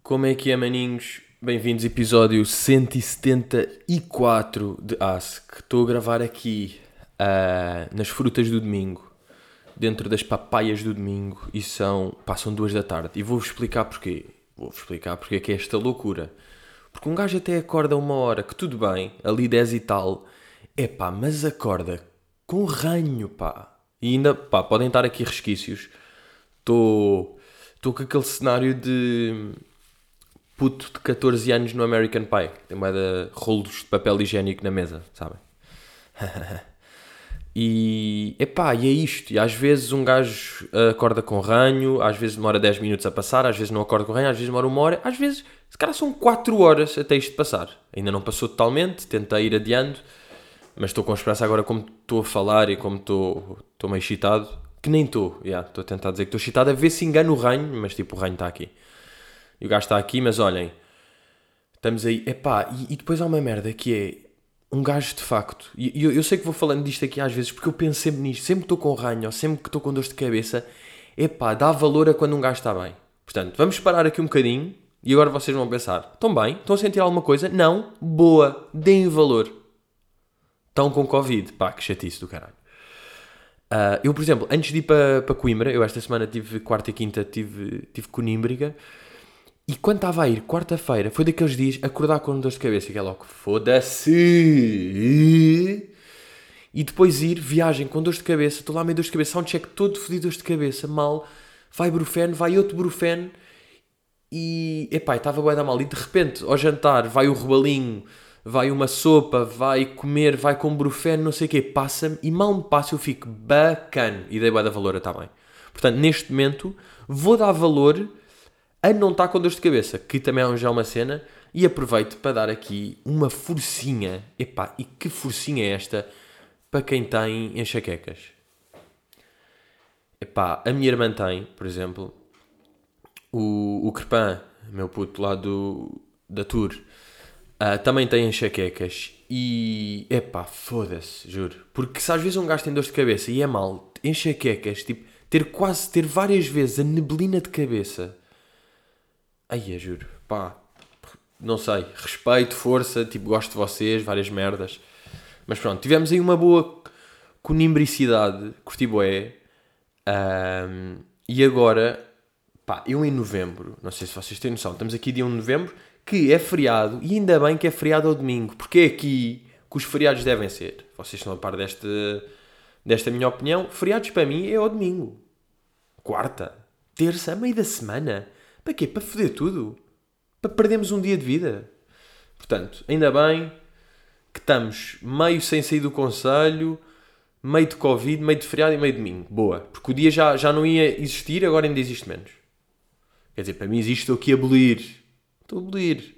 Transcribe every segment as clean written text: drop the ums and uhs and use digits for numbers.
Como é que é, maninhos? Bem-vindos ao episódio 174 de Ask. Estou a gravar aqui nas frutas do domingo, dentro das papaias do domingo, e passam 2 da tarde. E vou-vos explicar porquê. Vou-vos explicar porque é que é esta loucura. Porque um gajo até acorda 1 hora, que tudo bem, ali 10 e tal, mas acorda com ranho, pá. E ainda, podem estar aqui resquícios. Estou com aquele cenário de puto de 14 anos no American Pie. Tem mais de rolos de papel higiênico na mesa, sabem? E é isto. E às vezes um gajo acorda com ranho, às vezes demora 10 minutos a passar, às vezes não acorda com ranho, às vezes demora 1 hora, às vezes, se calhar são 4 horas até isto passar. Ainda não passou totalmente, tentei ir adiando, mas estou com esperança agora, como estou a falar e como estou meio excitado, que nem estou. Estou a tentar dizer que estou excitado, a ver se engano o ranho, mas tipo, o ranho está aqui. E o gajo está aqui, mas olhem, estamos aí, e depois há uma merda que é um gajo de facto, e eu sei que vou falando disto aqui às vezes porque eu penso sempre nisto, sempre que estou com ranho ou sempre que estou com dor de cabeça, dá valor a quando um gajo está bem. Portanto, vamos parar aqui um bocadinho e agora vocês vão pensar, estão bem? Estão a sentir alguma coisa? Não? Boa, deem valor. Estão com Covid, que chatice do caralho. Eu, por exemplo, antes de ir para Coimbra, eu esta semana tive quarta e quinta, tive conímbriga. E quando estava a ir, quarta-feira, foi daqueles dias acordar com dor de cabeça, que é logo, foda-se! E depois ir, viagem com dor de cabeça, estou lá meio dor de cabeça, soundcheck todo fodido, dor de cabeça, mal, vai Brufen, vai outro Brufen, e, estava bué da mal, e de repente, ao jantar, vai o rebalinho, vai uma sopa, vai comer, vai com Brufen, não sei o quê, passa-me, e mal me passa, eu fico bacana, e dei bué da valor a estar bem. Portanto, neste momento, vou dar valor a não estar com dor de cabeça, que também é já uma cena, e aproveito para dar aqui uma forcinha, e que forcinha é esta para quem tem enxaquecas? A minha irmã tem, por exemplo, o Crepan, meu puto lá da Tour, também tem enxaquecas, e foda-se, juro, porque se às vezes um gajo tem dor de cabeça e é mal, enxaquecas, tipo, ter várias vezes a neblina de cabeça. Juro, não sei, respeito, força, tipo, gosto de vocês, várias merdas. Mas pronto, tivemos aí uma boa conimbricidade, curti bué. E agora, eu em novembro, não sei se vocês têm noção, estamos aqui dia 1 de novembro, que é feriado, e ainda bem que é feriado ao domingo, porque é aqui que os feriados devem ser. Vocês estão a par desta minha opinião, feriados para mim é ao domingo. Quarta, terça, meio da semana. Para quê? Para foder tudo? Para perdermos um dia de vida? Portanto, ainda bem que estamos meio sem sair do conselho, meio de Covid, meio de feriado e meio de domingo. Boa. Porque o dia já não ia existir, agora ainda existe menos. Quer dizer, para mim existe, estou aqui a abolir. Estou a abolir.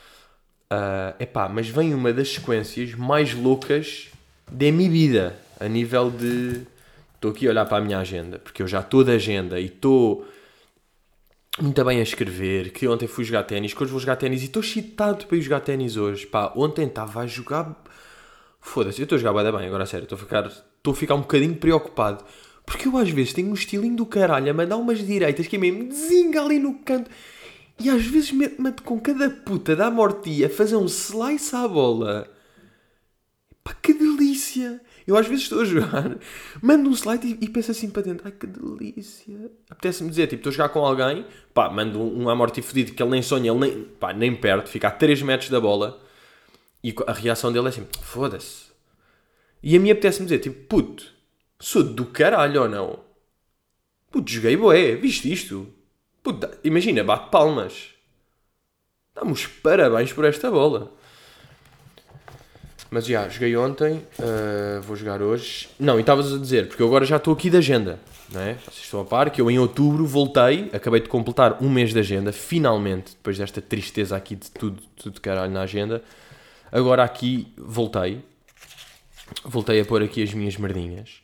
Mas vem uma das sequências mais loucas da minha vida. A nível de... Estou aqui a olhar para a minha agenda. Porque eu já estou de agenda e estou muito bem a escrever, que ontem fui jogar ténis, que hoje vou jogar ténis e estou excitado para ir jogar ténis hoje. Ontem estava a jogar... Foda-se, eu estou a jogar bem, agora a sério, estou a ficar um bocadinho preocupado. Porque eu às vezes tenho um estilinho do caralho a mandar umas direitas que é mesmo desenga ali no canto. E às vezes meto-me com cada puta da mortia a fazer um slice à bola. Que delícia! Eu às vezes estou a jogar, mando um slide e penso assim para dentro. Ai, que delícia! Apetece-me dizer, tipo, estou a jogar com alguém, mando um amorti fedido que ele nem sonha, ele nem perto, fica a 3 metros da bola. E a reação dele é assim, foda-se. E a mim apetece-me dizer, tipo, puto, sou do caralho ou não? Puto, joguei bué, viste isto? Puto, imagina, bate palmas. Dá-me os parabéns por esta bola. Mas joguei ontem, vou jogar hoje. Não, e estavas a dizer, porque eu agora já estou aqui de agenda, não é? Vocês estão a par que eu em outubro voltei, acabei de completar 1 mês de agenda, finalmente, depois desta tristeza aqui de tudo caralho na agenda. Agora aqui voltei a pôr aqui as minhas merdinhas.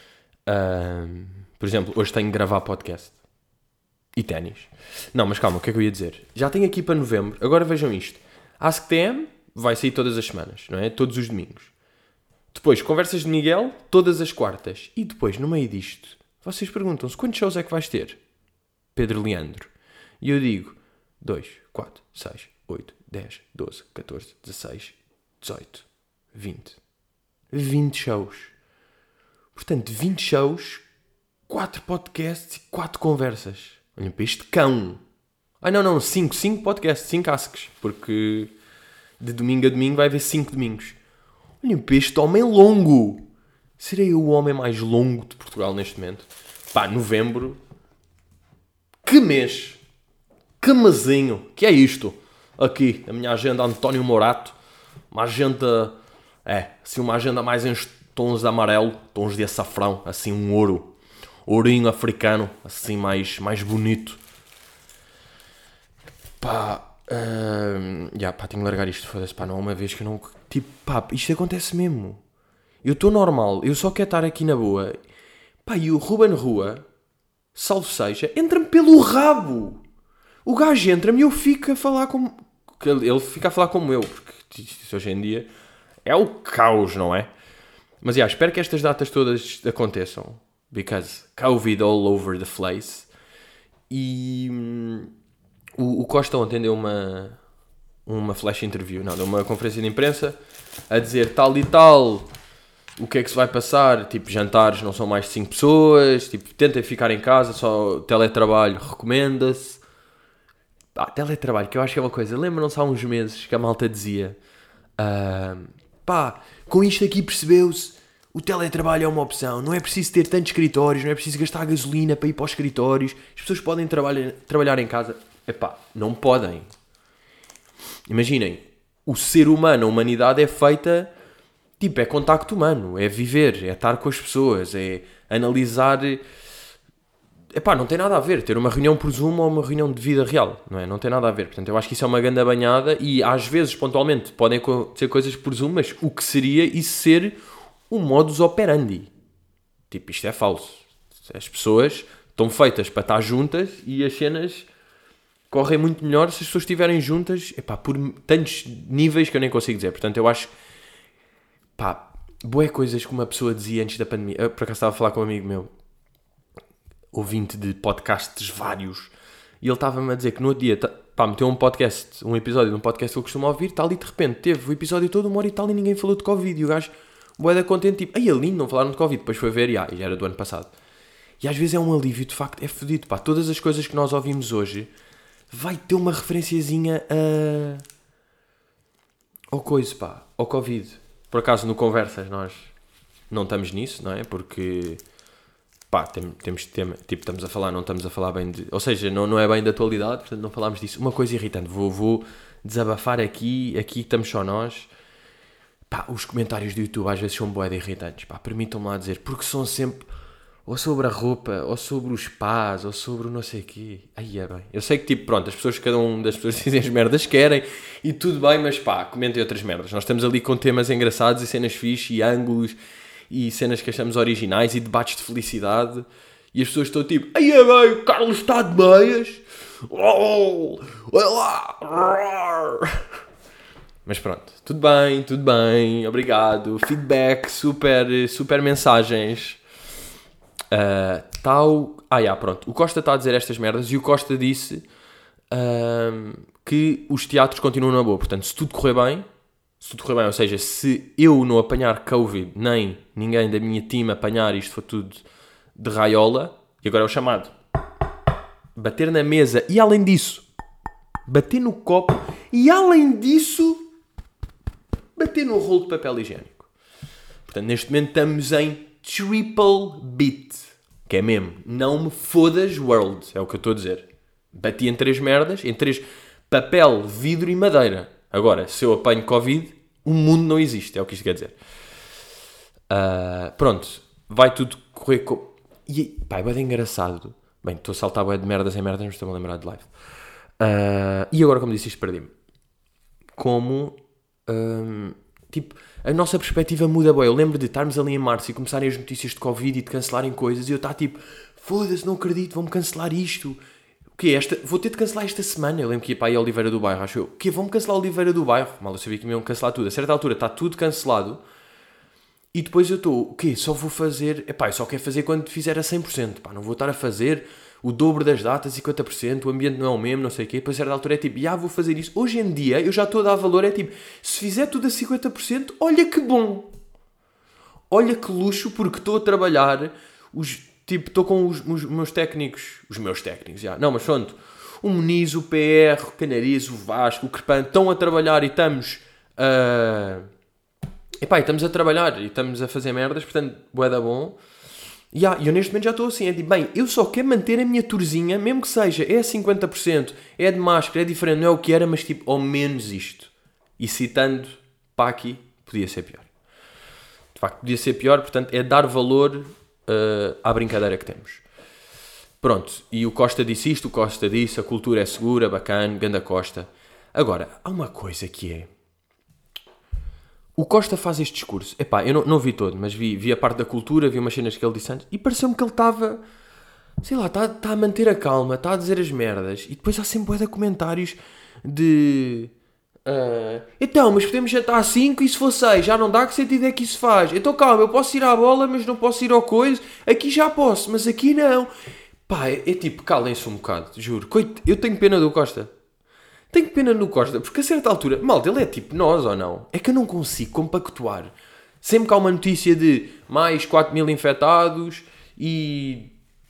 Por exemplo, hoje tenho que gravar podcast e ténis. Não, mas calma, o que é que eu ia dizer? Já tenho aqui para novembro, agora vejam isto. AskTM vai sair todas as semanas, não é? Todos os domingos. Depois, Conversas de Miguel, todas as quartas. E depois, no meio disto, vocês perguntam-se, quantos shows é que vais ter? Pedro Leandro. E eu digo, 2, 4, 6, 8, 10, 12, 14, 16, 18, 20. 20 shows. Portanto, 20 shows, 4 podcasts e 4 conversas. Olhem para este cão. Ai não, 5 podcasts, 5 asks. Porque de domingo a domingo vai haver 5 domingos. Olhem para este homem longo. Serei eu o homem mais longo de Portugal neste momento? Pá, novembro. Que mês. Que mesinho. Que é isto? Aqui, a minha agenda António Morato. Uma agenda... assim uma agenda mais em tons de amarelo, tons de açafrão. Assim um ouro. Ourinho africano. Assim mais bonito. Pá... tenho que largar isto, foda-se, pá, não é uma vez que eu não... Tipo, pá, isto acontece mesmo. Eu estou normal, eu só quero estar aqui na boa. Pá, e o Ruben Rua, salve seja, entra-me pelo rabo. O gajo entra-me e eu fico a falar como... Ele fica a falar como eu, porque isso hoje em dia é o caos, não é? Mas, espero que estas datas todas aconteçam. Because Covid all over the place. E... O Costa ontem deu uma flash interview, deu uma conferência de imprensa a dizer tal e tal, o que é que se vai passar, tipo, jantares não são mais de 5 pessoas, tipo, tentem ficar em casa, só teletrabalho recomenda-se. Teletrabalho, que eu acho que é uma coisa, lembram-se há uns meses que a malta dizia, com isto aqui percebeu-se, o teletrabalho é uma opção, não é preciso ter tantos escritórios, não é preciso gastar gasolina para ir para os escritórios, as pessoas podem trabalhar em casa. Não podem. Imaginem, o ser humano, a humanidade é feita, tipo, é contacto humano, é viver, é estar com as pessoas, é analisar... não tem nada a ver ter uma reunião por Zoom ou uma reunião de vida real, não é? Não tem nada a ver. Portanto, eu acho que isso é uma grande banhada e às vezes, pontualmente, podem ser coisas por Zoom, mas o que seria isso ser um modus operandi? Tipo, isto é falso. As pessoas estão feitas para estar juntas e as cenas... correm muito melhor se as pessoas estiverem juntas, por tantos níveis que eu nem consigo dizer. Portanto, eu acho, boas coisas que uma pessoa dizia antes da pandemia. Eu, por acaso, estava a falar com um amigo meu, ouvinte de podcasts vários, e ele estava-me a dizer que no outro dia, meteu um episódio de um podcast que eu costumo ouvir, tal, e de repente teve o episódio todo, 1 hora e tal, e ninguém falou de Covid, e o gajo, bué da contente, tipo, é lindo, não falaram de Covid, depois foi ver, e já era do ano passado. E às vezes é um alívio, de facto, é fodido, todas as coisas que nós ouvimos hoje, vai ter uma referenciazinha ao Covid. Por acaso, no Conversas, nós não estamos nisso, não é? Porque, temos tema, tipo, estamos a falar, não estamos a falar bem de... Ou seja, não é bem da atualidade, portanto, não falámos disso. Uma coisa irritante, vou desabafar aqui estamos só nós. Os comentários do YouTube às vezes são bué de irritantes, permitam-me lá dizer, porque são sempre... ou sobre a roupa, ou sobre os pás, ou sobre o não sei o quê. Aí é bem. Eu sei que, tipo, pronto, cada um das pessoas dizem as merdas que querem, e tudo bem, mas comentem outras merdas. Nós estamos ali com temas engraçados e cenas fixe, e ângulos, e cenas que achamos originais, e debates de felicidade, e as pessoas estão tipo, aí é bem, o Carlos está de meias. Olha lá. Mas pronto, tudo bem, obrigado. Feedback, super mensagens. Pronto. O Costa está a dizer estas merdas e o Costa disse que os teatros continuam na boa. Portanto, se tudo correr bem, ou seja, se eu não apanhar Covid, nem ninguém da minha team apanhar, isto for tudo de raiola, e agora é o chamado, bater na mesa e além disso, bater no copo e além disso, bater no rolo de papel higiênico. Portanto, neste momento estamos em triple beat. Que é mesmo, não me fodas world, é o que eu estou a dizer. Bati em 3 merdas, em 3 papel, vidro e madeira. Agora, se eu apanho Covid, o mundo não existe, é o que isto quer dizer. Pronto, vai tudo correr com... E, é bem engraçado. Bem, estou a saltar bué de merdas em merdas, mas estou-me a lembrar de live. E agora, como disse isto, perdi-me. Como... a nossa perspectiva muda bem. Eu lembro de estarmos ali em março e começarem as notícias de Covid e de cancelarem coisas e eu estar tipo, foda-se, não acredito, vão-me cancelar isto. O quê? Vou ter de cancelar esta semana. Eu lembro que ia para aí a Oliveira do Bairro, acho eu. O quê? Vão-me cancelar a Oliveira do Bairro? Mal eu sabia que me iam cancelar tudo. A certa altura está tudo cancelado e depois eu estou, o quê? Só vou fazer... eu só quero fazer quando fizer a 100%. Não vou estar a fazer o dobro das datas, 50%, o ambiente não é o mesmo, não sei o quê. Depois, a certa altura, é tipo, vou fazer isso. Hoje em dia, eu já estou a dar valor, é tipo, se fizer tudo a 50%, olha que bom. Olha que luxo, porque estou a trabalhar, estou com os meus técnicos, já. Não, mas pronto, o Muniz, o PR, o Canarias, o Vasco, o Crepante, estão a trabalhar e estamos estamos a trabalhar e estamos a fazer merdas, portanto, bué da bom. E eu neste momento já estou assim, é tipo, bem, eu só quero manter a minha tourzinha, mesmo que seja, é 50%, é de máscara, é diferente, não é o que era, mas tipo, ao menos isto. E citando para aqui, podia ser pior. De facto, podia ser pior, portanto, é dar valor à brincadeira que temos. Pronto, e o Costa disse isto, o Costa disse, a cultura é segura, bacana, ganda Costa. Agora, há uma coisa que é... O Costa faz este discurso. Epá, eu não vi todo, mas vi a parte da cultura, vi umas cenas que ele disse antes, e pareceu-me que ele estava... Sei lá, está a manter a calma, está a dizer as merdas, e depois há sempre bué de comentários de... então, mas podemos jantar às 5 e se for 6, já não dá, que sentido é que isso faz? Então calma, eu posso ir à bola, mas não posso ir ao coisa. Aqui já posso, mas aqui não. Pá, é tipo, calem-se um bocado, juro. Eu tenho pena do Costa. Tenho pena no Costa, porque a certa altura, malta, ele é tipo nós ou não? É que eu não consigo compactuar. Sempre que há uma notícia de mais 4.000 infectados e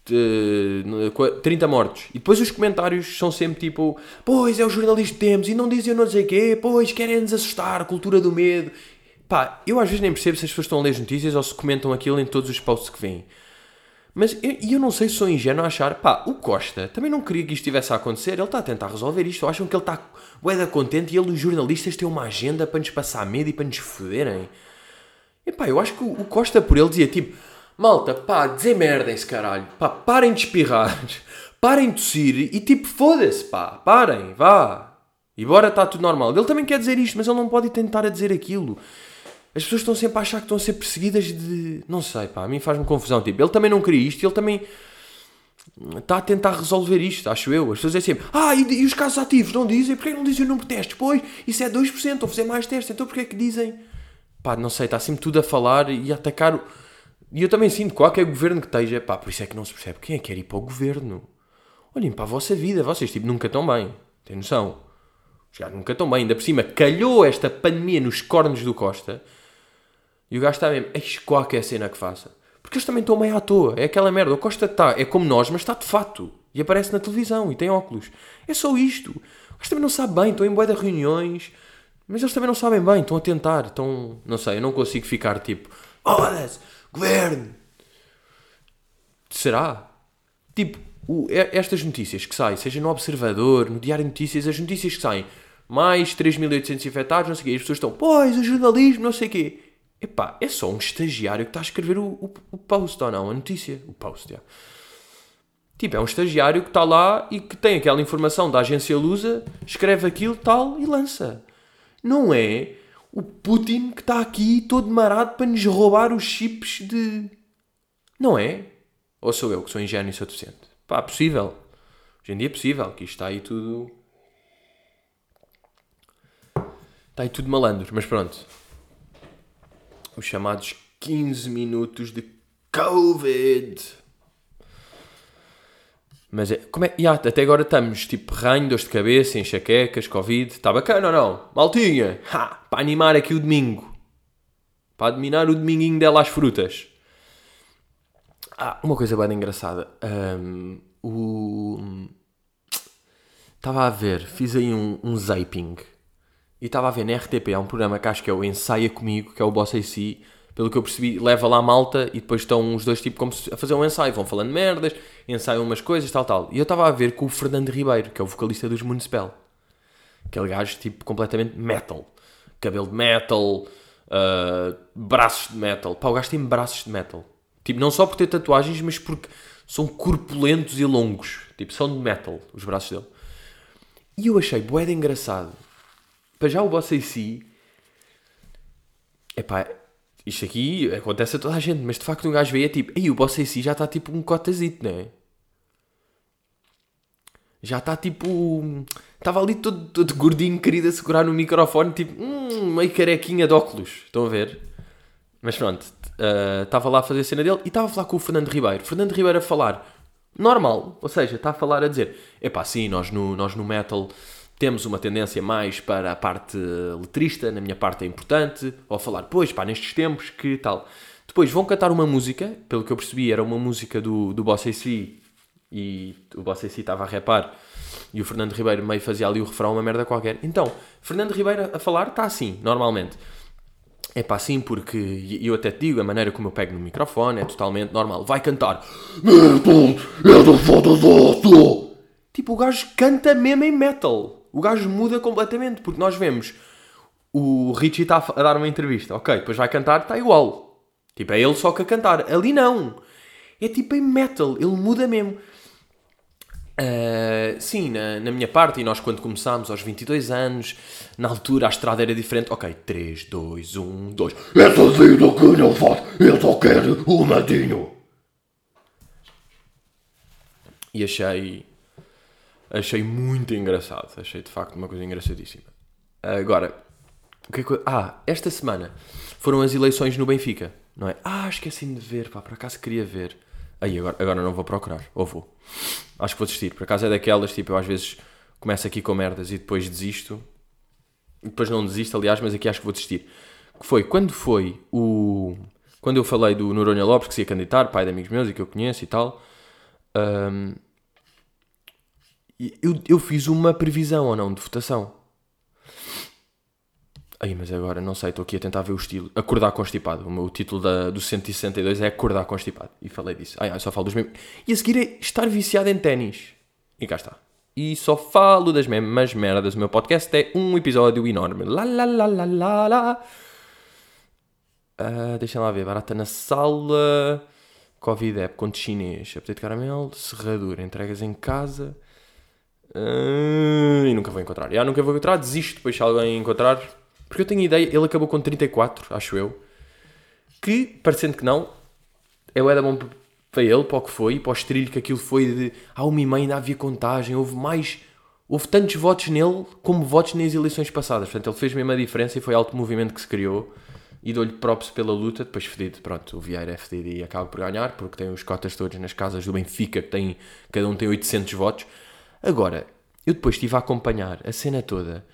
30 mortos. E depois os comentários são sempre tipo, pois é o jornalismo que temos e não dizem não sei o quê, pois querem-nos assustar, a cultura do medo. Pá, eu às vezes nem percebo se as pessoas estão a ler as notícias ou se comentam aquilo em todos os posts que vêm. Mas eu não sei se sou ingênuo a achar, pá, o Costa também não queria que isto estivesse a acontecer, ele está a tentar resolver isto, acham que ele está bué da contente e ele e os jornalistas têm uma agenda para nos passar medo e para nos foderem. E pá, eu acho que o Costa por ele dizia tipo, malta, pá, desemerdem-se caralho, pá, parem de espirrar, parem de tossir e tipo, foda-se, pá, parem, vá. E bora, está tudo normal. Ele também quer dizer isto, mas ele não pode tentar a dizer aquilo. As pessoas estão sempre a achar que estão a ser perseguidas de... Não sei, pá, a mim faz-me confusão. Tipo, ele também não queria isto e ele também está a tentar resolver isto, acho eu. As pessoas dizem sempre, e os casos ativos não dizem? Porquê não dizem o número de testes? Pois, isso é 2%, ou fazer mais testes, então porquê é que dizem? Pá, não sei, está sempre tudo a falar e a atacar... E eu também sinto, qualquer governo que esteja, pá, por isso é que não se percebe quem é que quer ir para o governo. Olhem para a vossa vida, vocês tipo nunca estão bem, tem noção? Os gajos nunca estão bem, ainda por cima calhou esta pandemia nos cornos do Costa... E o gajo está mesmo, eis qualquer cena que faça. Porque eles também estão meio à toa. É aquela merda. O Costa está, é como nós, mas está de fato. E aparece na televisão e tem óculos. É só isto. O gajo também não sabe bem. Estão em bué de reuniões. Mas eles também não sabem bem. Estão a tentar. Estão... Não sei, eu não consigo ficar tipo... Foda-se! Governo! Será? Tipo, estas notícias que saem, seja no Observador, no Diário de Notícias, as notícias que saem, mais 3.800 infectados, não sei o quê. As pessoas estão, pois, o jornalismo, não sei o quê. Epá, é só um estagiário que está a escrever o post, ou não? A notícia. O post, já. Tipo, é um estagiário que está lá e que tem aquela informação da agência Lusa, escreve aquilo, tal, e lança. Não é o Putin que está aqui todo marado para nos roubar os chips de... Não é? Ou sou eu que sou ingênuo e sou deficiente? Pá, possível. Hoje em dia é possível, que isto está aí tudo... Está aí tudo malandro, mas pronto. Os chamados 15 minutos de Covid. Mas é... Como é... até agora estamos tipo ranho, dores de cabeça, enxaquecas, Covid. Está bacana ou não? Maltinha! Para animar aqui o domingo. Para dominar o dominguinho dela às frutas. Uma coisa bem engraçada. Estava a ver, fiz aí um zaping. E estava a ver na RTP, há um programa que acho que é o Ensaia Comigo, que é o Boss AC, pelo que eu percebi, leva lá a malta e depois estão os dois tipo como a fazer um ensaio, vão falando merdas, ensaiam umas coisas, tal. E eu estava a ver com o Fernando Ribeiro, que é o vocalista dos Municipal. Aquele gajo tipo completamente metal. Cabelo de metal, braços de metal. Pá, o gajo tem braços de metal. Tipo, não só por ter tatuagens, mas porque são corpulentos e longos. Tipo, são de metal, os braços dele. E eu achei bué de engraçado. Para já o Boss AC, epá, isto aqui acontece a toda a gente, mas de facto um gajo veio tipo, o Boss AC já está tipo um cotazito, não é? Já está tipo, estava ali todo gordinho, querido, a segurar no microfone, tipo, meio carequinha de óculos, estão a ver? Mas pronto, estava lá a fazer a cena dele e estava a falar com o Fernando Ribeiro a falar Normal. Ou seja, está a falar a dizer, epá, sim, nós no metal temos uma tendência mais para a parte letrista, na minha parte é importante, ou a falar, pois, pá, nestes tempos que tal. Depois vão cantar uma música, pelo que eu percebi, era uma música do Boss AC, e o Boss AC estava a rapar, e o Fernando Ribeiro meio fazia ali o refrão, uma merda qualquer. Então, Fernando Ribeiro a falar está assim, normalmente. É pá, sim, porque e eu até te digo, a maneira como eu pego no microfone é totalmente normal. Vai cantar metal, é do foda-se. Tipo, o gajo canta mesmo em metal. O gajo muda completamente, porque nós vemos o Richie está a dar uma entrevista, ok, depois vai cantar, está igual. Tipo, é ele só que a cantar. Ali não. É tipo em metal, ele muda mesmo. Sim, na minha parte, e nós quando começámos aos 22 anos, na altura a estrada era diferente. Ok, 3, 2, 1, 2. Essa vida que não faço, eu só quero o matinho. E achei muito engraçado. Achei de facto uma coisa engraçadíssima. Agora, o que é que esta semana foram as eleições no Benfica, não é? Esqueci-me de ver, pá, por acaso queria ver. Aí, agora não vou procurar, ou vou. Acho que vou desistir, por acaso é daquelas, tipo, eu às vezes começo aqui com merdas e depois desisto. E depois não desisto, aliás, mas aqui acho que vou desistir. Que foi, quando eu falei do Noronha Lopes, que se ia candidatar, pai de amigos meus e que eu conheço e tal, eu fiz uma previsão ou não de votação. Aí, mas agora, não sei, estou aqui a tentar ver o estilo. Acordar constipado. O título do 162 é Acordar constipado. E falei disso. Só falo dos mesmos. E a seguir é estar viciado em ténis. E cá está. E só falo das mesmas merdas. O meu podcast é um episódio enorme. Lá, lá, lá, lá, lá, lá. Deixem lá ver. Barata na sala. Covid app, conto chinês. Apetite de caramelo. Serradura. Entregas em casa. E nunca vou encontrar. Nunca vou encontrar. Desisto depois se alguém encontrar. Porque eu tenho ideia, ele acabou com 34, acho eu. Que, parecendo que não, é o bom para ele, para o que foi, para o estrilho que aquilo foi de 1h30 ainda havia contagem, houve tantos votos nele como votos nas eleições passadas. Portanto, ele fez mesmo a diferença e foi alto movimento que se criou. E dou-lhe props pela luta, depois fedido. Pronto, o Vieira é fedido e acaba por ganhar, porque tem os cotas todos nas casas do Benfica, que cada um tem 800 votos. Agora, eu depois estive a acompanhar a cena toda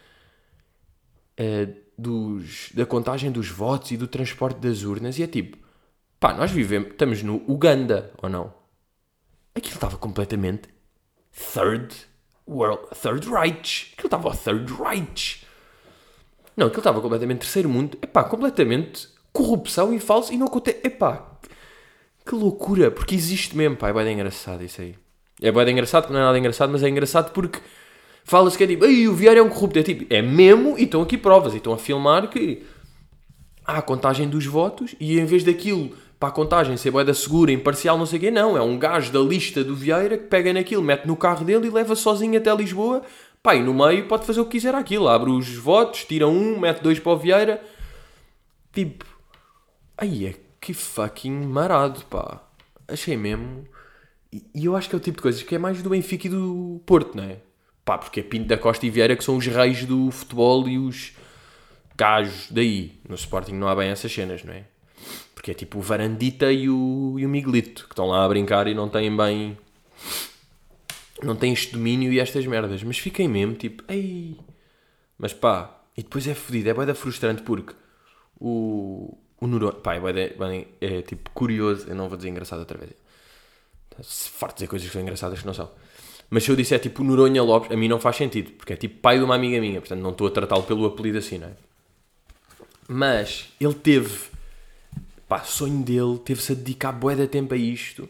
da contagem dos votos e do transporte das urnas, e é tipo, pá, nós estamos no Uganda, ou não? Aquilo estava completamente Third Reich. Aquilo estava ao Third Reich. Não, aquilo estava completamente terceiro mundo. Epá, completamente corrupção e falso, e não acontece. Epá, que loucura, porque existe mesmo, pá, é bem engraçado isso aí. É bem engraçado, porque não é nada engraçado, mas é engraçado porque fala-se que é tipo, o Vieira é um corrupto. É tipo, é mesmo, e estão aqui provas, e estão a filmar que há a contagem dos votos, e em vez daquilo, para a contagem ser bué da segura, imparcial, não sei o quê, não. É um gajo da lista do Vieira que pega naquilo, mete no carro dele e leva sozinho até Lisboa. Pá, e no meio pode fazer o que quiser aquilo. Abre os votos, tira um, mete 2 para o Vieira. Tipo, que fucking marado, pá. Achei mesmo. E eu acho que é o tipo de coisas que é mais do Benfica e do Porto, não é? Pá, porque é Pinto da Costa e Vieira que são os reis do futebol e os gajos daí. No Sporting não há bem essas cenas, não é? Porque é tipo o Varandita e o Miguelito, que estão lá a brincar e não têm bem... Não têm este domínio e estas merdas. Mas fiquem mesmo, tipo... Mas pá... E depois é fodido, é bué da frustrante porque... O Noronha... Pá, é tipo curioso. Eu não vou dizer engraçado outra vez. Farto de dizer coisas que são engraçadas que não são. Mas se eu disser tipo Noronha Lopes, a mim não faz sentido, porque é tipo pai de uma amiga minha, portanto não estou a tratá-lo pelo apelido assim, não é? Mas ele teve, pá, sonho dele, teve-se a dedicar bué de tempo a isto.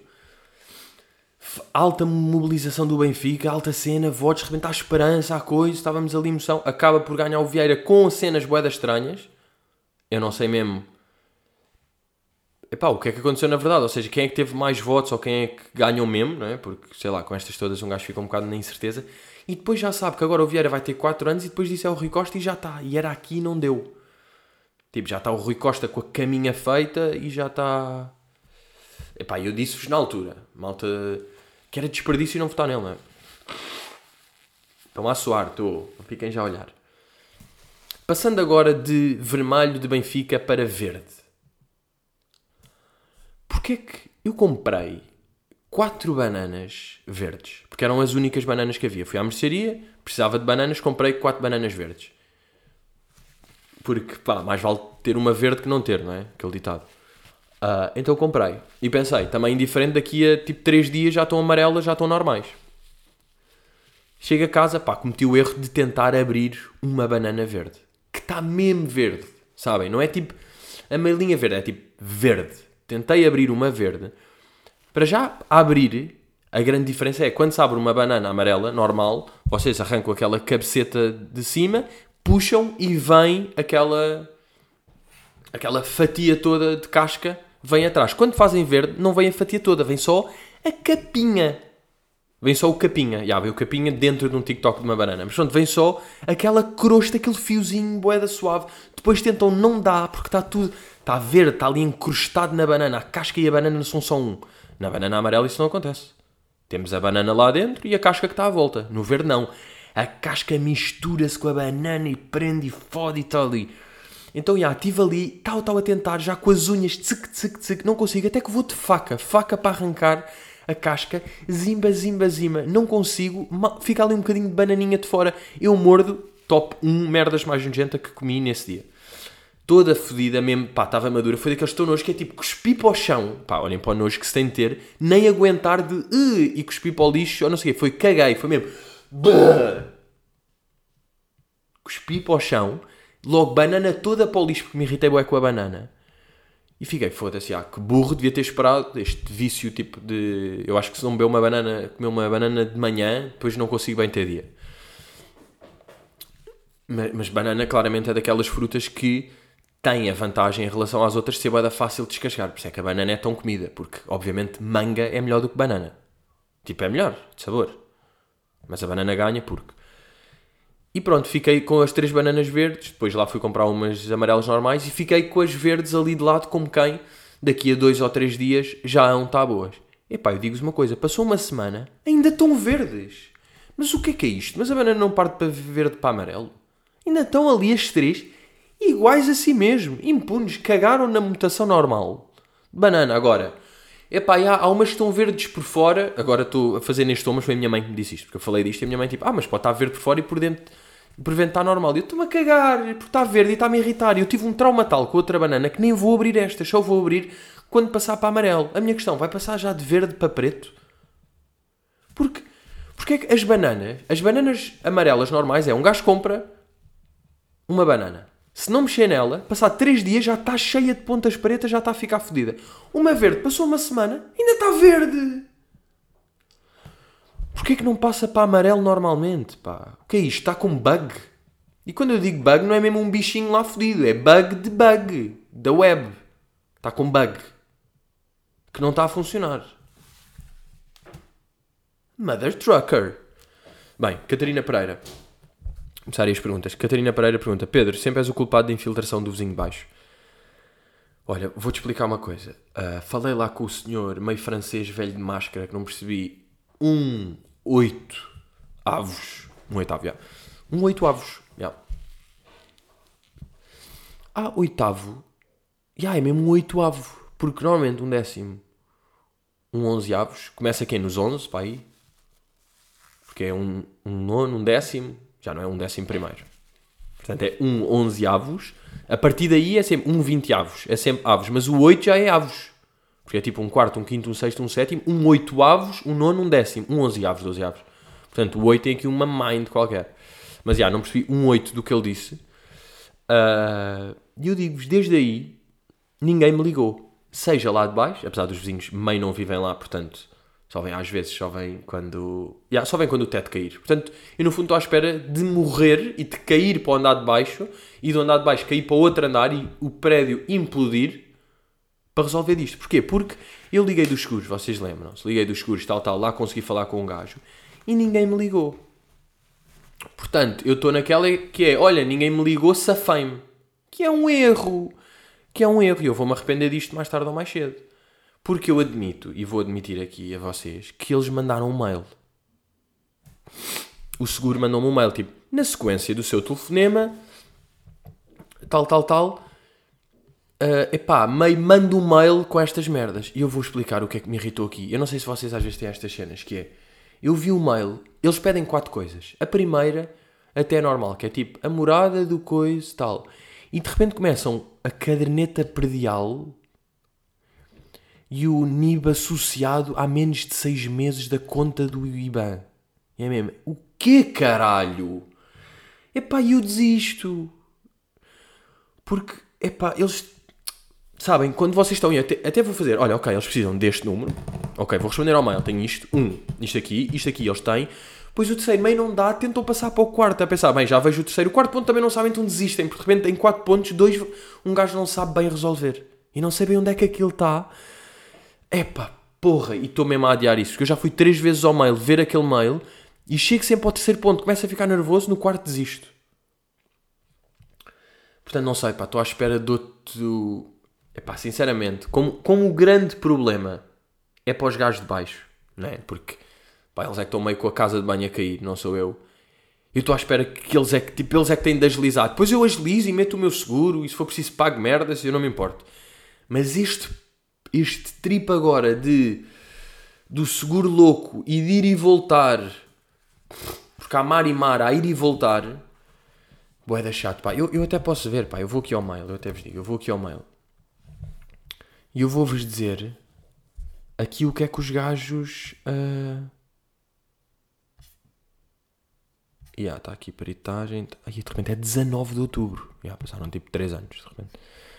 Alta mobilização do Benfica, alta cena, votos, rebentar a esperança, a coisa, estávamos ali em emoção. Acaba por ganhar o Vieira com cenas bué das estranhas. Eu não sei mesmo. Epá, o que é que aconteceu na verdade? Ou seja, quem é que teve mais votos ou quem é que ganhou mesmo, não é? Porque, sei lá, com estas todas um gajo fica um bocado na incerteza. E depois já sabe que agora o Vieira vai ter 4 anos e depois disso é o Rui Costa e já está. E era aqui e não deu. Tipo, já está o Rui Costa com a caminha feita e já está... Epá, eu disse-vos na altura, malta, que era desperdício não votar nele, não é? Estão a suar, estou. Não fiquem já a olhar. Passando agora de vermelho de Benfica para verde. Porque é que eu comprei 4 bananas verdes. Porque eram as únicas bananas que havia. Fui à mercearia, precisava de bananas, comprei 4 bananas verdes. Porque, pá, mais vale ter uma verde que não ter, não é? Aquele ditado. Então comprei. E pensei, também indiferente, daqui a tipo 3 dias já estão amarelas, já estão normais. Chego a casa, pá, cometi o erro de tentar abrir uma banana verde. Que está mesmo verde, sabem? Não é tipo a meilinha verde, é tipo verde. Tentei abrir uma verde. Para já abrir, a grande diferença é quando se abre uma banana amarela, normal, vocês arrancam aquela cabeceta de cima, puxam e vem aquela fatia toda de casca, vem atrás. Quando fazem verde, não vem a fatia toda, vem só a capinha. Vem só o capinha. Vem o capinha dentro de um TikTok de uma banana. Mas pronto, vem só aquela crosta, aquele fiozinho, boeda suave. Depois tentam, não dá, porque está tudo... Está verde, está ali encrustado na banana. A casca e a banana não são só um. Na banana amarela isso não acontece. Temos a banana lá dentro e a casca que está à volta. No verde não. A casca mistura-se com a banana e prende e fode e está ali. Então, estive ali, tal a tentar, já com as unhas, tsk, não consigo, até que vou de faca para arrancar a casca, zimba, não consigo, fica ali um bocadinho de bananinha de fora, eu mordo, top 1 merdas mais nojenta que comi nesse dia. Toda fodida mesmo, pá, estava madura, foi daqueles tão nojos que é tipo, cuspi para o chão, pá, olhem para o nojo que se tem de ter, nem aguentar de, e cuspi para o lixo, ou não sei o quê, foi caguei, foi mesmo, cuspi para o chão, logo banana toda para o lixo, porque me irritei bué com a banana. E fiquei, foda-se, que burro, devia ter esperado este vício tipo de... Eu acho que se não beber uma banana, comer uma banana de manhã, depois não consigo bem ter dia. Mas banana claramente é daquelas frutas que têm a vantagem em relação às outras de ser bué fácil de descascar. Por isso é que a banana é tão comida, porque obviamente manga é melhor do que banana. Tipo, é melhor, de sabor. Mas a banana ganha porque... E pronto, fiquei com as 3 bananas verdes, depois lá fui comprar umas amarelas normais e fiquei com as verdes ali de lado como quem, daqui a 2 ou 3 dias, já vão estar boas. Epá, eu digo-vos uma coisa, passou uma semana, ainda estão verdes. Mas o que é isto? Mas a banana não parte para verde para amarelo? Ainda estão ali as 3, iguais a si mesmo, impunes, cagaram na mutação normal. Banana, agora... Epá, há umas que estão verdes por fora. Agora estou a fazer neste tom, mas foi a minha mãe que me disse isto. Porque eu falei disto e a minha mãe tipo, mas pode estar verde por fora e por dentro está normal. E eu estou-me a cagar, porque está verde e está-me a irritar. E eu tive um trauma tal com outra banana que nem vou abrir esta. Só vou abrir quando passar para amarelo. A minha questão, vai passar já de verde para preto? Porque é que as bananas amarelas normais um gajo compra uma banana. Se não mexer nela, passar 3 dias já está cheia de pontas pretas, já está a ficar fodida. Uma verde, passou uma semana, ainda está verde. Porquê que não passa para amarelo normalmente, pá? O que é isto? Está com bug? E quando eu digo bug, não é mesmo um bichinho lá fodido. É bug de bug. Da web. Está com bug. Que não está a funcionar. Mother trucker. Bem, Catarina Pereira. Começarem as perguntas. Catarina Pereira pergunta: Pedro, sempre és o culpado da infiltração do vizinho de baixo? Olha, vou-te explicar uma coisa. Falei lá com o senhor meio francês velho de máscara que não percebi 8 avos. 8 avos, já. Oitavo. É mesmo 8 avo. Porque normalmente 1/10. 11 avos. Começa quem? Nos 11, para aí. Porque é um nono, 10º. Já não é 1/10 primeiro. Portanto é 11 avos. A partir daí é sempre 20 avos. É sempre avos. Mas o 8 já é avos. Porque é tipo 1/4, 1/5, 1/6, 1/7. 8 avos, 9, 10. 11 avos, 12 avos. Portanto o 8 tem aqui uma mind qualquer. Mas não percebi 8 do que ele disse. E eu digo-vos, desde aí, ninguém me ligou. Seja lá de baixo, apesar dos vizinhos meio não vivem lá, portanto... Só vem às vezes, só vem quando o teto cair. Portanto, eu no fundo estou à espera de morrer e de cair para o andar de baixo e do andar de baixo cair para o outro andar e o prédio implodir para resolver disto. Porquê? Porque eu liguei dos seguros, vocês lembram-se? Liguei dos seguros, lá consegui falar com um gajo e ninguém me ligou. Portanto, eu estou naquela que é, olha, ninguém me ligou, safei-me. Que é um erro. E eu vou-me arrepender disto mais tarde ou mais cedo. Porque eu admito, e vou admitir aqui a vocês, que eles mandaram um mail. O seguro mandou-me um mail, tipo, na sequência do seu telefonema, tal, meio mando um mail com estas merdas. E eu vou explicar o que é que me irritou aqui. Eu não sei se vocês às vezes têm estas cenas, que é... Eu vi o mail, eles pedem 4 coisas. A primeira, até é normal, que é tipo, a morada do coisa tal. E de repente começam a caderneta predial e o NIB associado há menos de 6 meses da conta do IBAN. E é mesmo, o quê, caralho? Eu desisto. Porque, eles... Sabem, quando vocês estão... Até vou fazer... Olha, ok, eles precisam deste número. Ok, vou responder ao mail. Tenho isto. Isto aqui eles têm. Depois o terceiro meio não dá. Tentam passar para o quarto. A pensar, bem, já vejo o terceiro. O quarto ponto também não sabem, então desistem. Porque de repente tem 4 pontos. 2... Um gajo não sabe bem resolver. E não sei bem onde é que aquilo está. Porra. E estou mesmo a adiar isso. Porque eu já fui 3 vezes ao mail ver aquele mail. E chego sempre ao terceiro ponto. Começo a ficar nervoso. No quarto desisto. Portanto, não sei, estou à espera de outro... sinceramente, como o grande problema é para os gajos de baixo, não é? Porque, eles é que estão meio com a casa de banho a cair, não sou eu. Eu estou à espera que eles é que têm de agilizar. Depois eu agilizo e meto o meu seguro e se for preciso pago merdas, eu não me importo. Mas este trip agora do seguro louco e de ir e voltar, porque há mar e mar, a ir e voltar... Bué chato, eu até posso ver, eu vou aqui ao mail, eu até vos digo, eu vou aqui ao mail. E eu vou-vos dizer aqui o que é que os gajos... Está aqui peritagem. De repente é 19 de outubro. Passaram tipo 3 anos, de repente.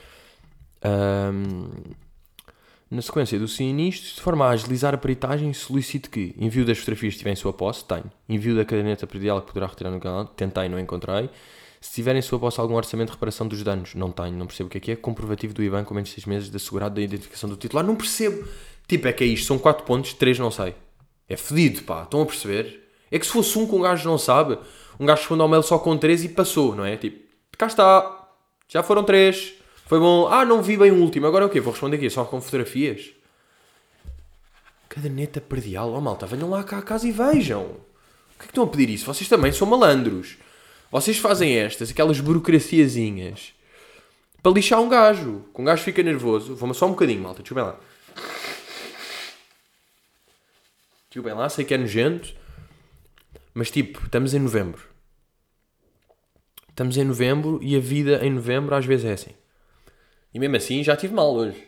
Na sequência do sinistro, de forma a agilizar a peritagem, solicito que envio das fotografias que estiver em sua posse, tenho. Envio da caderneta predial que poderá retirar no canal, tentei, não encontrei. Se tiver em sua posse algum orçamento de reparação dos danos, não tenho, não percebo o que é. Comprovativo do IBAN com menos de 6 meses de assegurado da identificação do titular, não percebo. É que é isto, são 4 pontos, 3 não sei. É fedido, estão a perceber? É que se fosse um que um gajo não sabe, um gajo responde ao mail só com 3 e passou, não é? Cá está, já foram 3, foi bom, não vi bem o último, agora é o quê? Vou responder aqui só com fotografias? Caderneta predial, malta, venham lá cá a casa e vejam. O que é que estão a pedir isso? Vocês também são malandros. Vocês fazem aquelas burocraciazinhas, para lixar um gajo. Que um gajo fica nervoso. Vou-me só um bocadinho, malta. Deixa eu bem lá. Sei que é nojento. Mas estamos em novembro. Estamos em novembro e a vida em novembro às vezes é assim. E mesmo assim já estive mal hoje.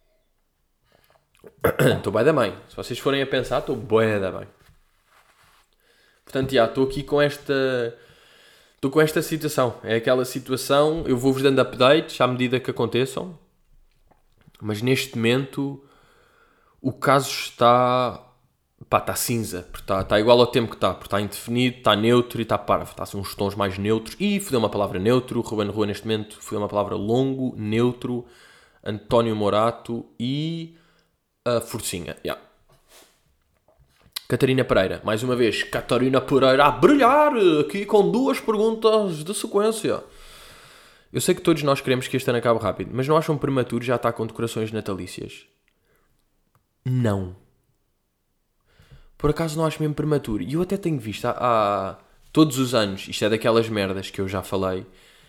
Estou bué da bem. Se vocês forem a pensar, estou bué da bem. Portanto, estou aqui com esta... Estou com esta situação. É aquela situação... Eu vou-vos dando updates à medida que aconteçam. Mas neste momento... O caso está... está cinza. Está igual ao tempo que está. Porque está indefinido, está neutro e está parvo. Está assim uns tons mais neutros. E fodeu uma palavra neutro. Ruben Rua neste momento fodeu uma palavra longo, neutro. António Morato e... a Forcinha. Catarina Pereira, mais uma vez, Catarina Pereira a brilhar aqui com 2 perguntas de sequência. Eu sei que todos nós queremos que este ano acabe rápido, mas não acham prematuro já estar com decorações natalícias? Não. Por acaso não acho mesmo prematuro. E eu até tenho visto há todos os anos, isto é daquelas merdas que eu já falei,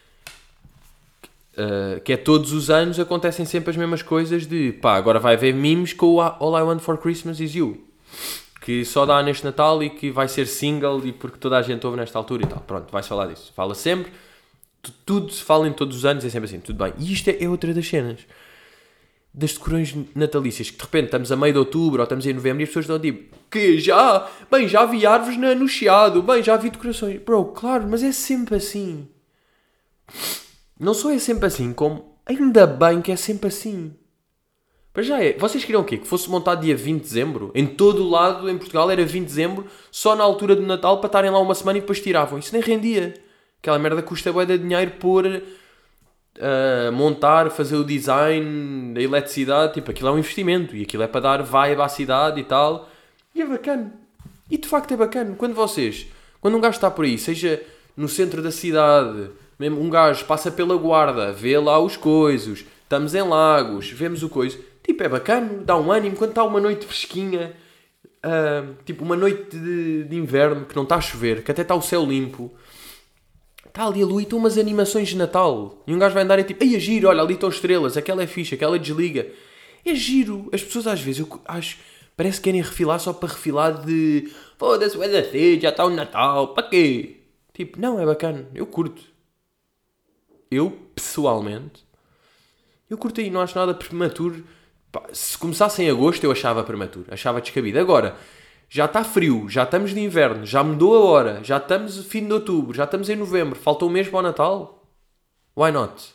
que é todos os anos acontecem sempre as mesmas coisas de agora vai haver memes com o All I Want For Christmas Is You. Que só dá neste Natal e que vai ser single e porque toda a gente ouve nesta altura e tal. Pronto, vai-se falar disso. Fala sempre. Tudo se fala em todos os anos, é sempre assim. Tudo bem. E isto é outra das cenas. Das decorações natalícias. Que de repente estamos a meio de outubro ou estamos em novembro e as pessoas estão tipo... Que já? Bem, já vi árvores no Chiado. Bem, já vi decorações. Bro, claro, mas é sempre assim. Não só é sempre assim, como... Ainda bem que é sempre assim. Para já é. Vocês queriam o quê? Que fosse montado dia 20 de dezembro? Em todo o lado, em Portugal, era 20 de dezembro, só na altura do Natal, para estarem lá uma semana e depois tiravam. Isso nem rendia. Aquela merda custa bué de dinheiro por montar, fazer o design, a eletricidade. Aquilo é um investimento. E aquilo é para dar vibe à cidade e tal. E é bacana. E de facto é bacana. Quando um gajo está por aí, seja no centro da cidade, mesmo um gajo passa pela Guarda, vê lá os coisos, estamos em Lagos, vemos o coiso... é bacana, dá um ânimo. Quando está uma noite fresquinha, uma noite de inverno, que não está a chover, que até está o céu limpo, está ali a lua e estão umas animações de Natal. E um gajo vai andar e tipo, ei, é giro, olha, ali estão estrelas, aquela é fixe, aquela desliga. É giro. As pessoas às vezes, eu acho, parece que querem refilar só para refilar de foda-se, vai dar cedo, já está o Natal, para quê? Tipo, não, é bacana, eu curto. Eu, pessoalmente, eu curto aí, não acho nada prematuro. Pá, se começasse em agosto eu achava prematuro, achava descabido. Agora, já está frio, já estamos de inverno, já mudou a hora, já estamos fim de outubro, já estamos em novembro, falta um mês para o Natal. Why not?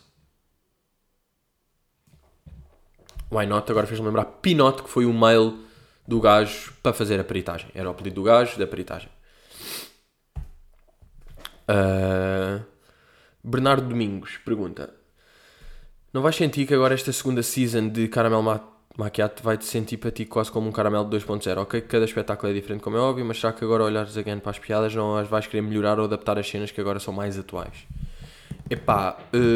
Why not? Agora fez-me lembrar Pinote, que foi o mail do gajo para fazer a peritagem. Era o pedido do gajo da peritagem. Bernardo Domingos pergunta: não vais sentir que agora esta segunda season de Caramel Macchiato vai-te sentir para ti quase como um caramelo de 2.0? Ok, que cada espetáculo é diferente, como é óbvio, mas será que agora olhares again para as piadas não as vais querer melhorar ou adaptar as cenas que agora são mais atuais? Epá,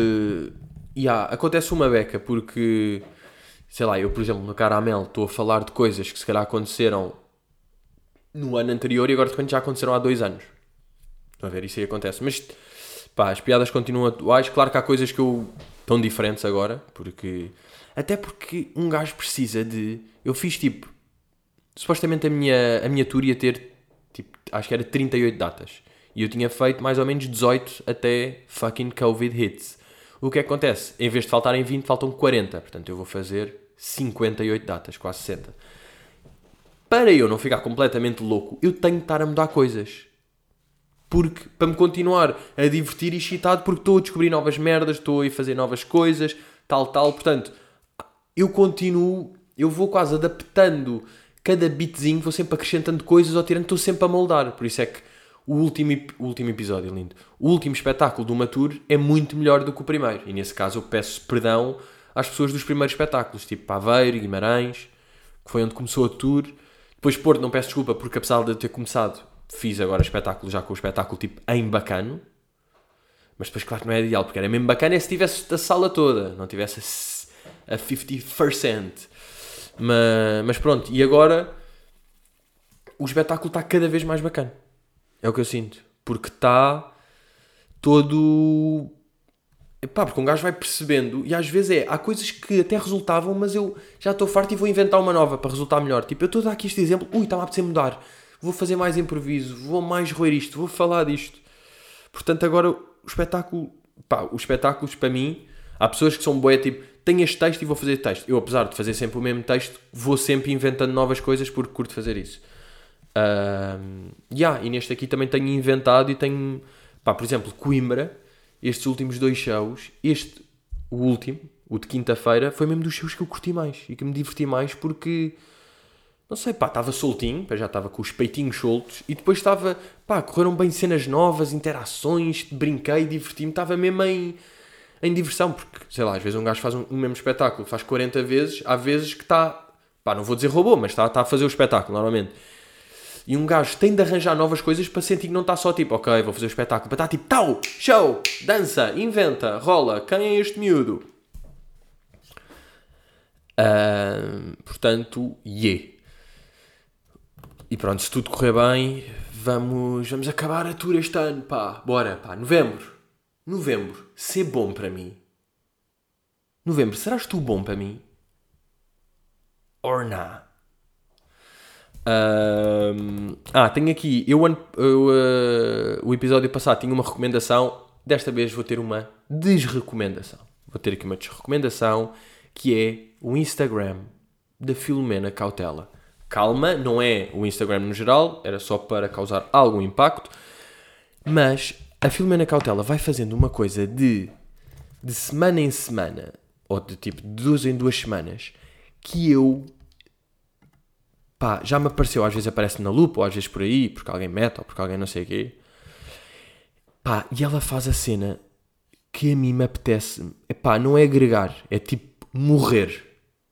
acontece uma beca, porque, sei lá, eu, por exemplo, no Caramel estou a falar de coisas que se calhar aconteceram no ano anterior e agora de repente já aconteceram há 2 anos. Estão a ver? Isso aí acontece. Mas, pá, as piadas continuam atuais. Claro que há coisas que eu estão diferentes agora, porque... Até porque um gajo precisa de... Eu fiz, tipo... Supostamente a minha tour ia ter, tipo, acho que era 38 datas. E eu tinha feito mais ou menos 18 até fucking Covid hits. O que é que acontece? Em vez de faltarem 20, faltam 40. Portanto, eu vou fazer 58 datas, quase 60. Para eu não ficar completamente louco, eu tenho de estar a mudar coisas. Porque, para me continuar a divertir e excitado, porque estou a descobrir novas merdas, estou a fazer novas coisas, tal. Portanto, eu continuo, eu vou quase adaptando cada bitzinho, vou sempre acrescentando coisas ou tirando, estou sempre a moldar. Por isso é que o último episódio, lindo, o último espetáculo de uma tour é muito melhor do que o primeiro. E nesse caso eu peço perdão às pessoas dos primeiros espetáculos, tipo Aveiro, Guimarães, que foi onde começou a tour. Depois Porto, não peço desculpa, porque apesar de eu ter começado, fiz agora espetáculo, já com o espetáculo tipo em bacano. Mas depois claro que não é ideal, porque era mesmo bacana se tivesse a sala toda, não tivesse a 50%. Mas pronto, e agora o espetáculo está cada vez mais bacana. É o que eu sinto. Porque está todo... Epá, porque um gajo vai percebendo, e às vezes há coisas que até resultavam, mas eu já estou farto e vou inventar uma nova para resultar melhor. Tipo, eu estou a dar aqui este exemplo, está-me a apetecer mudar, vou fazer mais improviso, vou mais roer isto, vou falar disto. Portanto, agora o espetáculo, os espetáculos para mim, há pessoas que são bué, tipo, tenho este texto e vou fazer texto. Eu, apesar de fazer sempre o mesmo texto, vou sempre inventando novas coisas porque curto fazer isso. E neste aqui também tenho inventado e tenho, por exemplo, Coimbra, estes últimos 2 shows, o último, o de quinta-feira, foi mesmo dos shows que eu curti mais e que me diverti mais porque, não sei, estava soltinho, já estava com os peitinhos soltos e depois estava, correram bem cenas novas, interações, brinquei, diverti-me, estava mesmo em diversão, porque, sei lá, às vezes um gajo faz um mesmo espetáculo, faz 40 vezes, há vezes que está, não vou dizer robô, mas está a fazer o espetáculo, normalmente. E um gajo tem de arranjar novas coisas para sentir que não está só tipo, ok, vou fazer o espetáculo. Para estar tipo, show, dança, inventa, rola, quem é este miúdo? Portanto, E pronto, se tudo correr bem, vamos acabar a tour este ano, bora, Novembro, ser bom para mim. Novembro, serás tu bom para mim? Or not? Tenho aqui o episódio passado tinha uma recomendação, desta vez vou ter uma desrecomendação. Vou ter aqui uma desrecomendação que é o Instagram da Filomena Cautela. Calma, não é o Instagram no geral, era só para causar algum impacto, mas a Filomena Cautela vai fazendo uma coisa de semana em semana, ou de tipo de 2 em 2 semanas, que eu já me apareceu, às vezes aparece na lupa, ou às vezes por aí, porque alguém mete, ou porque alguém não sei o quê. E ela faz a cena que a mim me apetece. Não é agregar, é tipo morrer.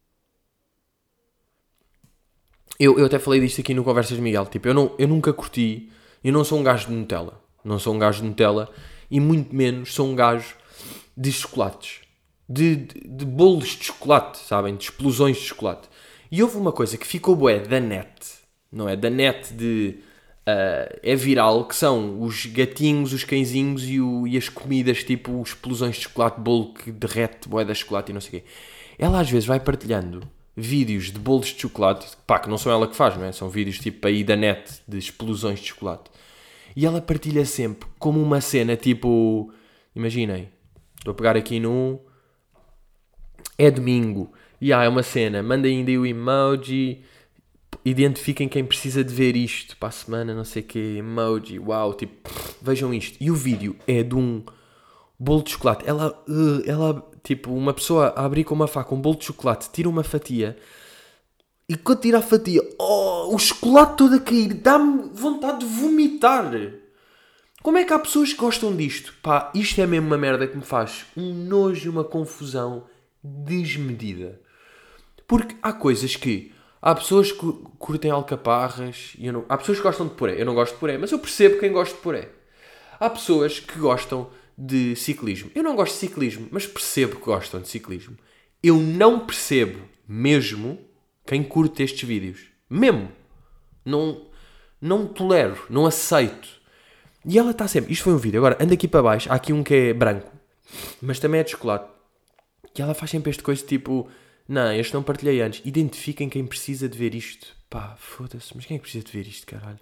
Eu até falei disto aqui no Conversas de Miguel. Tipo, eu nunca curti, eu não sou um gajo de Nutella. Não sou um gajo de Nutella e muito menos sou um gajo de chocolates. De bolos de chocolate, sabem? De explosões de chocolate. E houve uma coisa que ficou bué da net, não é? Da net de é viral, que são os gatinhos, os cãezinhos e as comidas, tipo explosões de chocolate, bolo que derrete, bué de chocolate e não sei o quê. Ela às vezes vai partilhando vídeos de bolos de chocolate, pá, que não são ela que faz, não é? São vídeos tipo aí da net, de explosões de chocolate. E ela partilha sempre como uma cena, tipo, imaginem, estou a pegar aqui num, é domingo, e é uma cena, mandem ainda o emoji, identifiquem quem precisa de ver isto para a semana, não sei o quê, emoji, uau, tipo, vejam isto. E o vídeo é de um bolo de chocolate. Ela tipo, uma pessoa a abrir com uma faca um bolo de chocolate, tira uma fatia, e quando tira a fatia, o chocolate todo a cair, dá-me vontade de vomitar. Como é que há pessoas que gostam disto? Pá, isto é mesmo uma merda que me faz um nojo e uma confusão desmedida. Porque há coisas que... Há pessoas que curtem alcaparras e há pessoas que gostam de puré. Eu não gosto de puré, mas eu percebo quem gosta de puré. Há pessoas que gostam de ciclismo. Eu não gosto de ciclismo, mas percebo que gostam de ciclismo. Eu não percebo mesmo quem curte estes vídeos. Mesmo. Não tolero, não aceito. E ela está sempre... Isto foi um vídeo. Agora, anda aqui para baixo. Há aqui um que é branco, mas também é de chocolate. E ela faz sempre este coisa tipo... Não, este não partilhei antes. Identifiquem quem precisa de ver isto. Pá, foda-se. Mas quem é que precisa de ver isto, caralho?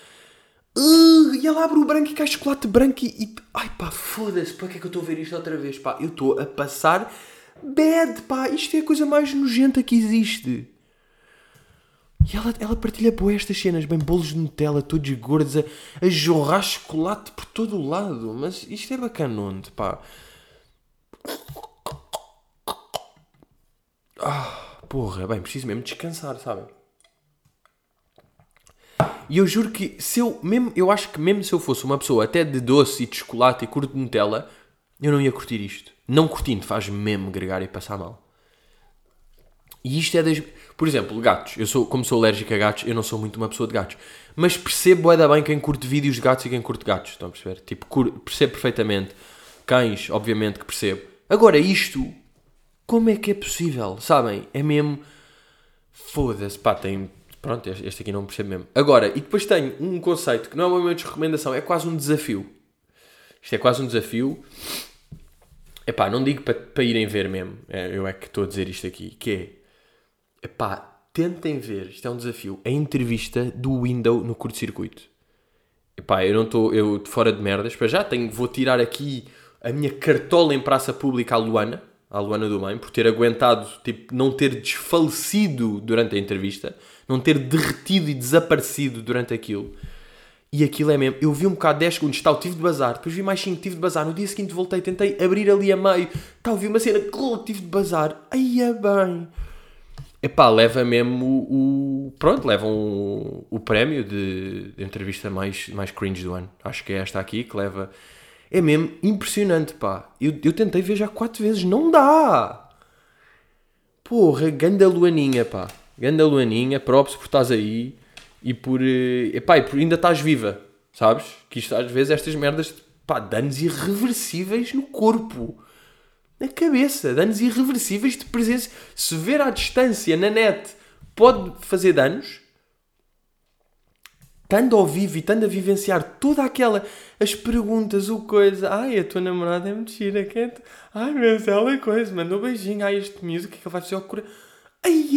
E ela abre o branco e cai chocolate branco e... Ai pá, foda-se. Para que é que eu estou a ver isto outra vez? Pá, eu estou a passar bad, pá. Isto é a coisa mais nojenta que existe. E ela partilha por estas cenas, bem, bolos de Nutella, todos gordos, a jorrar chocolate por todo o lado. Mas isto é bacana onde, pá. Porra, bem, preciso mesmo descansar, sabem? E eu juro que eu acho que mesmo se eu fosse uma pessoa até de doce e de chocolate e curto de Nutella, eu não ia curtir isto. Não curtindo, faz mesmo gregar e passar mal. E isto é das... Por exemplo, gatos. Como sou alérgico a gatos, eu não sou muito uma pessoa de gatos. Mas percebo ainda bem quem curte vídeos de gatos e quem curte gatos. Estão a perceber? Tipo, percebo perfeitamente. Cães, obviamente que percebo. Agora, isto... Como é que é possível? Sabem? É mesmo... Foda-se. Pá, tem... Pronto, este aqui não percebo mesmo. Agora, e depois tenho um conceito que não é uma de recomendação. É quase um desafio. Isto é quase um desafio. Epá, não digo para irem ver mesmo. Eu é que estou a dizer isto aqui. Que é... Epá, tentem ver, isto é um desafio, a entrevista do Window no curto-circuito. Epá, eu não estou, eu fora de merdas, para já vou tirar aqui a minha cartola em praça pública à Luana do Bem, por ter aguentado, tipo, não ter desfalecido durante a entrevista, não ter derretido e desaparecido durante aquilo. E aquilo é mesmo, eu vi um bocado 10 segundos, tive de bazar, depois vi mais 5, tive de bazar, no dia seguinte voltei, tentei abrir ali a meio, vi uma cena, tive de bazar, aí é bem... Epá, leva mesmo pronto, levam o prémio de entrevista mais cringe do ano. Acho que é esta aqui que leva... É mesmo impressionante, pá. Eu tentei ver já 4 vezes, não dá! Porra, ganda Luaninha, pá. Ganda Luaninha, props por estás aí e por... Epá, e por ainda estás viva, sabes? Que isto às vezes estas merdas, pá, danos irreversíveis no corpo. Na cabeça, danos irreversíveis de presença. Se ver à distância, na net, pode fazer danos, estando ao vivo e estando a vivenciar toda aquela... As perguntas, o coisa... Ai, a tua namorada é muito gira, que é tu? Ai, mas ela é coisa, mandou beijinho. Ai, este music, que ele vai fazer ao cura... Ai,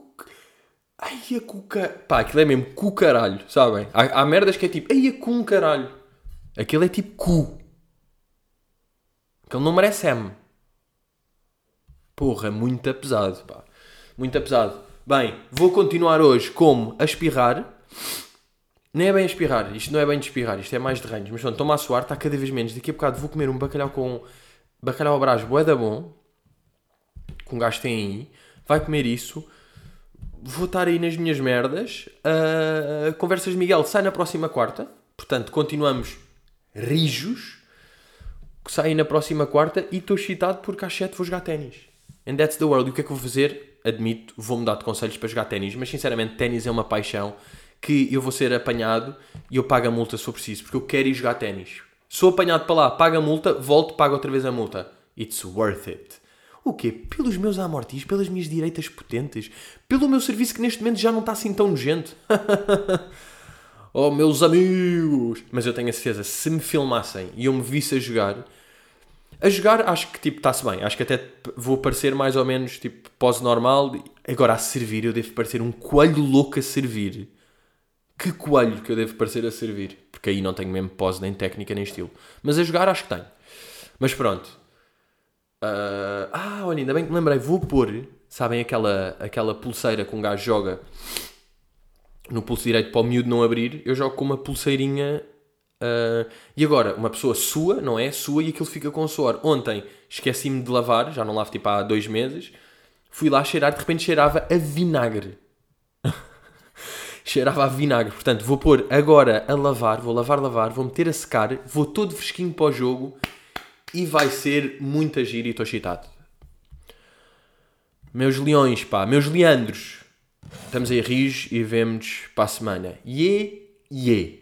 a cuca... Pá, aquilo é mesmo cu caralho, sabem? Há merdas que é tipo... Ai, a cu caralho. Aquilo é tipo cu. Aquele não merece M. Porra, muito pesado, pá. Muito pesado. Bem, vou continuar hoje como a espirrar. Nem é bem a espirrar. Isto não é bem de espirrar. Isto é mais de ranhos. Mas pronto, estou-me a suar. Está cada vez menos. Daqui a bocado vou comer um bacalhau com... Bacalhau à brás bué da bom. Que um gajo tem aí. Vai comer isso. Vou estar aí nas minhas merdas. Conversas de Miguel sai na próxima quarta. Portanto, continuamos rijos. Que sai na próxima quarta. E estou excitado porque às 7 vou jogar ténis. And that's the world. E o que é que eu vou fazer? Admito, vou mudar de conselhos para jogar ténis. Mas sinceramente, ténis é uma paixão que eu vou ser apanhado e eu pago a multa se for preciso. Porque eu quero ir jogar ténis. Sou apanhado para lá, pago a multa, volto, pago outra vez a multa. It's worth it. O quê? Pelos meus amortis, pelas minhas direitas potentes, pelo meu serviço que neste momento já não está assim tão nojento. Oh, meus amigos! Mas eu tenho a certeza, se me filmassem e eu me visse a jogar acho que tipo está-se bem. Acho que até vou parecer mais ou menos tipo pose normal. Agora a servir eu devo parecer um coelho louco a servir. Que coelho que eu devo parecer a servir. Porque aí não tenho mesmo pose, nem técnica, nem estilo. Mas a jogar acho que tenho. Mas pronto. Olha, ainda bem que me lembrei. Vou pôr, sabem aquela pulseira que um gajo joga no pulso direito para o miúdo não abrir. Eu jogo com uma pulseirinha. E agora, uma pessoa sua, não é? Sua e aquilo fica com suor. Ontem esqueci-me de lavar, já não lavo tipo há 2 meses. Fui lá cheirar, de repente cheirava a vinagre. Cheirava a vinagre. Portanto, vou pôr agora a lavar, vou lavar, vou meter a secar, vou todo fresquinho para o jogo e vai ser muito giro e estou excitado. Meus leões, pá, meus leandros. Estamos aí rijos e vemo-nos para a semana. Yeah, yeah.